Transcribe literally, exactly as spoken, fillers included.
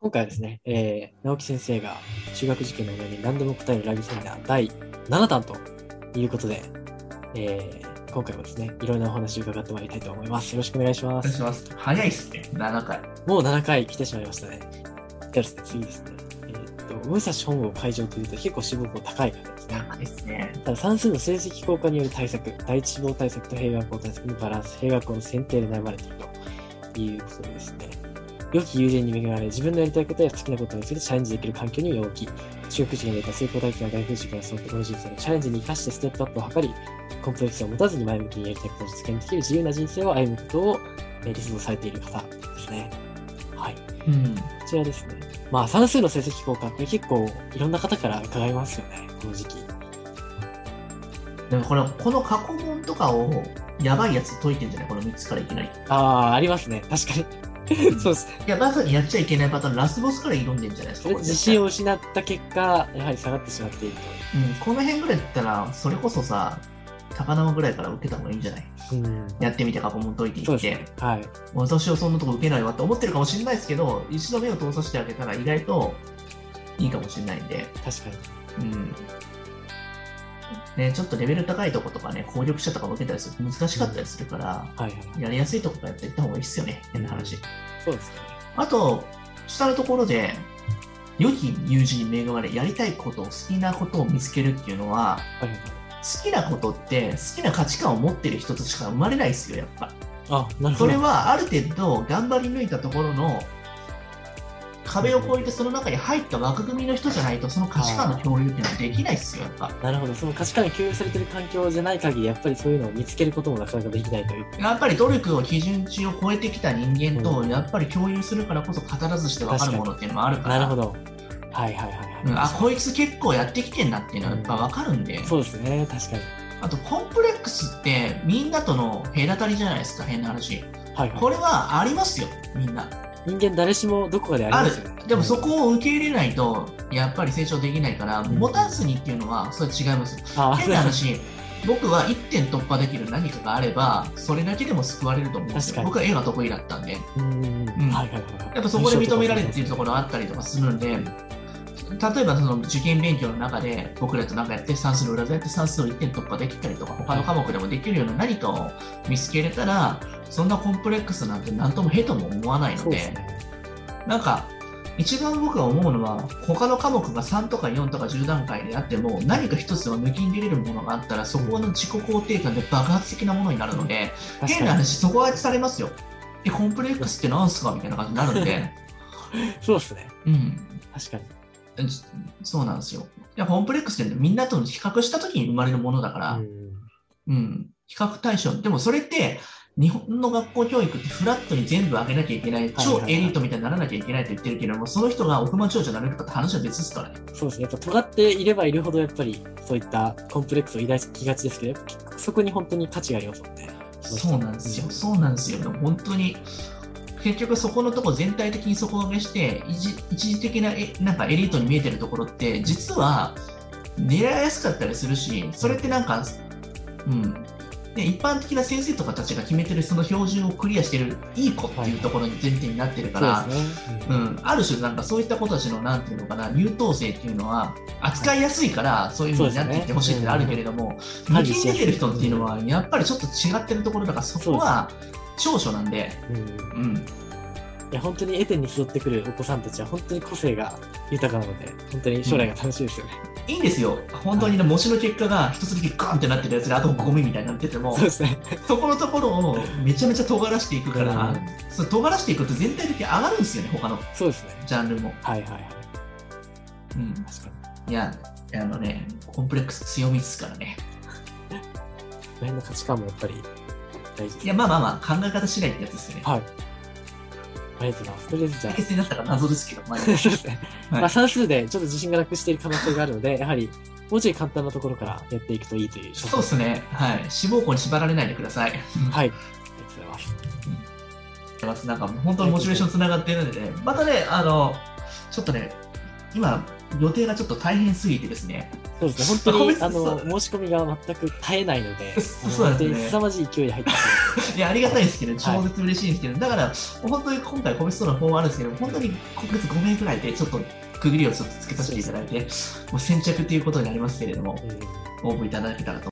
今回はですね、えー、直樹先生が中学受験のお悩みに何でも答えるライブセミナーだいなな弾ということで、えー、今回もですね、いろんなお話を伺ってまいりたいと思います。よろしくお願いしまお願いす。 します。早いっすね、ななかい。 もうななかい来てしまいましたね。ではですね、次ですね。えーっと、武蔵本郷会場というと結構志望校高い方ですね。 高いですね。 ただ算数の成績効果による対策、第一志望対策と併願校対策のバランス、併願校の選定で悩まれているということでですね。良き友人に恵まれ、自分のやりたいことや好きなことについてチャレンジできる環境に身を置き、中学受験で得た成功体験や大風塾からそのこの人生のチャレンジに生かしてステップアップを図り、コンプレックスを持たずに前向きにやりたいことを実現できる自由な人生を歩むことを理想とされている方ですね。はい。 うん。 こちらですね。まあ、算数の成績効果って結構いろんな方から伺いますよね、この時期。 でもこれ、この過去問とかをやばいやつ解いてんじゃないこのみっつからいきなり。 ああ、ありますね。確かに。そうですね。 いや、まさにやっちゃいけないパターン、ラスボスから挑んでんじゃないですか。 自信を失った結果、やはり下がってしまっていると。 うん、この辺ぐらいだったら、それこそさ、高輪ぐらいから受けた方がいいんじゃない、 うん、 やってみて過去問解いていって。 そうですね。はい。 私はそんなとこ受けないわって思ってるかもしれないですけど、一度目を通させてあげたら意外といいかもしれないんで。 確かに。 うん。ね、ちょっとレベル高いとことかね、攻略者とか受けたりすると難しかったりするから、 はいはい、 やりやすいとこからやっていった方がいいっすよね、変な話。 そうですね。 あと、下のところで、良き友人に恵まれ、やりたいこと、好きなことを見つけるっていうのは、 はいはい、 好きなことって、好きな価値観を持ってる人としか生まれないっすよ、やっぱ。 あ、なるほど。 それはある程度頑張り抜いたところの壁を越えてその中に入った枠組みの人じゃないとその価値観の共有っていうのはできないっすよ、やっぱ。 なるほど。その価値観が共有されてる環境じゃない限り、やっぱりそういうのを見つけることもなかなかできないという。 やっぱり努力を基準値を超えてきた人間と、やっぱり共有するからこそ語らずして分かるものっていうのもあるから。 なるほど。はいはいはい、はいうん。あ、こいつ結構やってきてんなっていうのはやっぱ分かるんで。 うん、そうですね、確かに。 あと、コンプレックスってみんなとの隔たりじゃないですか、変な話。 はいはい、 これはありますよ、みんな。 人間誰しもどこかでありますよね。 ある。でもそこを受け入れないと、やっぱり成長できないから、うん、持たずにっていうのは、それは違います。変な話、僕はいってん突破できる何かがあれば、それだけでも救われると思うんですよ。僕は絵が得意だったんで。やっぱそこで認められるっていうところがあったりとかするんで、例えばその受験勉強の中で僕らと何かやって算数の裏でやって算数をいってん突破できたりとか他の科目でもできるような何かを見つけれたらそんなコンプレックスなんて何ともへとも思わないので、ね、なんか一番僕が思うのは他の科目がさんとかよんとかじゅう段階であっても何か一つは抜きに出れるものがあったらそこの自己肯定感で爆発的なものになるので、変な話そこはされますよ。えコンプレックスって何すかみたいな感じになるんでそうですね、 うん、 確かにそうなんですよ。いやコンプレックスってみんなと比較したときに生まれるものだから、うん、うん、比較対象。でもそれって日本の学校教育ってフラットに全部上げなきゃいけない、超エリートみたいにならなきゃいけないと言ってるけれども、その人が億万長者になれるかって話は別ですからね。 そうですね。やっぱ尖っていればいるほどやっぱりそういったコンプレックスを抱きがちですけど、結局そこに本当に価値がありますもんね。 そうなんですよ。そうなんですよ。本当に。結局そこのとこ全体的に底上げして一時的ななんかエリートに見えてるところって実は狙いやすかったりするし、それってなんか、うん、で一般的な先生とかたちが決めてるその標準をクリアしてるいい子っていうところに前提になってるから、ある種なんかそういった子たちのなんていうのかな優等生っていうのは扱いやすいからそういう風になっていってほしいってあるけれども、抜きに出てる人っていうのはやっぱりちょっと違ってるところだからそこは長所なんで、うん、うん、いや本当にエテンに集ってくるお子さんたちは本当に個性が豊かなので本当に将来が楽しいですよね、 うん、いいんですよ。本当にね、模試の結果が一つだけガーンってなってるやつであとゴミみたいになってても、 そうですね、 そこのところをめちゃめちゃ尖らしていくから、うん、そ尖らしていくと全体的に上がるんですよね、他のそうですねジャンルも。 はいはいはい、 うん、確かに。いやあのねコンプレックス強みですからね。 この辺の価値観もやっぱり大事です。 いやまあまあまあ考え方次第ってやつですよね。 はい。ありがとうございます。とりあえずじゃあ。 解決になったら謎ですけど、まあ、 そうですね。はい、まあ算数でちょっと自信がなくしている可能性があるので、やはりもうちょい簡単なところからやっていくといいという。 そうですね。はい。志望校に縛られないでください。はい。 ありがとうございます。 うん、ますなんか本当にモチベーションつながっているので、ね、またね、あの、ちょっとね、今、 予定がちょっと大変すぎてですね。 そうですね、本当にあの申し込みが全く絶えないので、 そうですね、 凄まじい勢いで入ってます。 いや、ありがたいですけど、超絶嬉しいんですけど、はい、だから、本当に今回、個別とのフォームあるんですけど、本当に今月ごめいくらいで、ちょっと区切りをちょっとつけさせていただいて、もう先着ということになりますけれども、応募いただけたらと。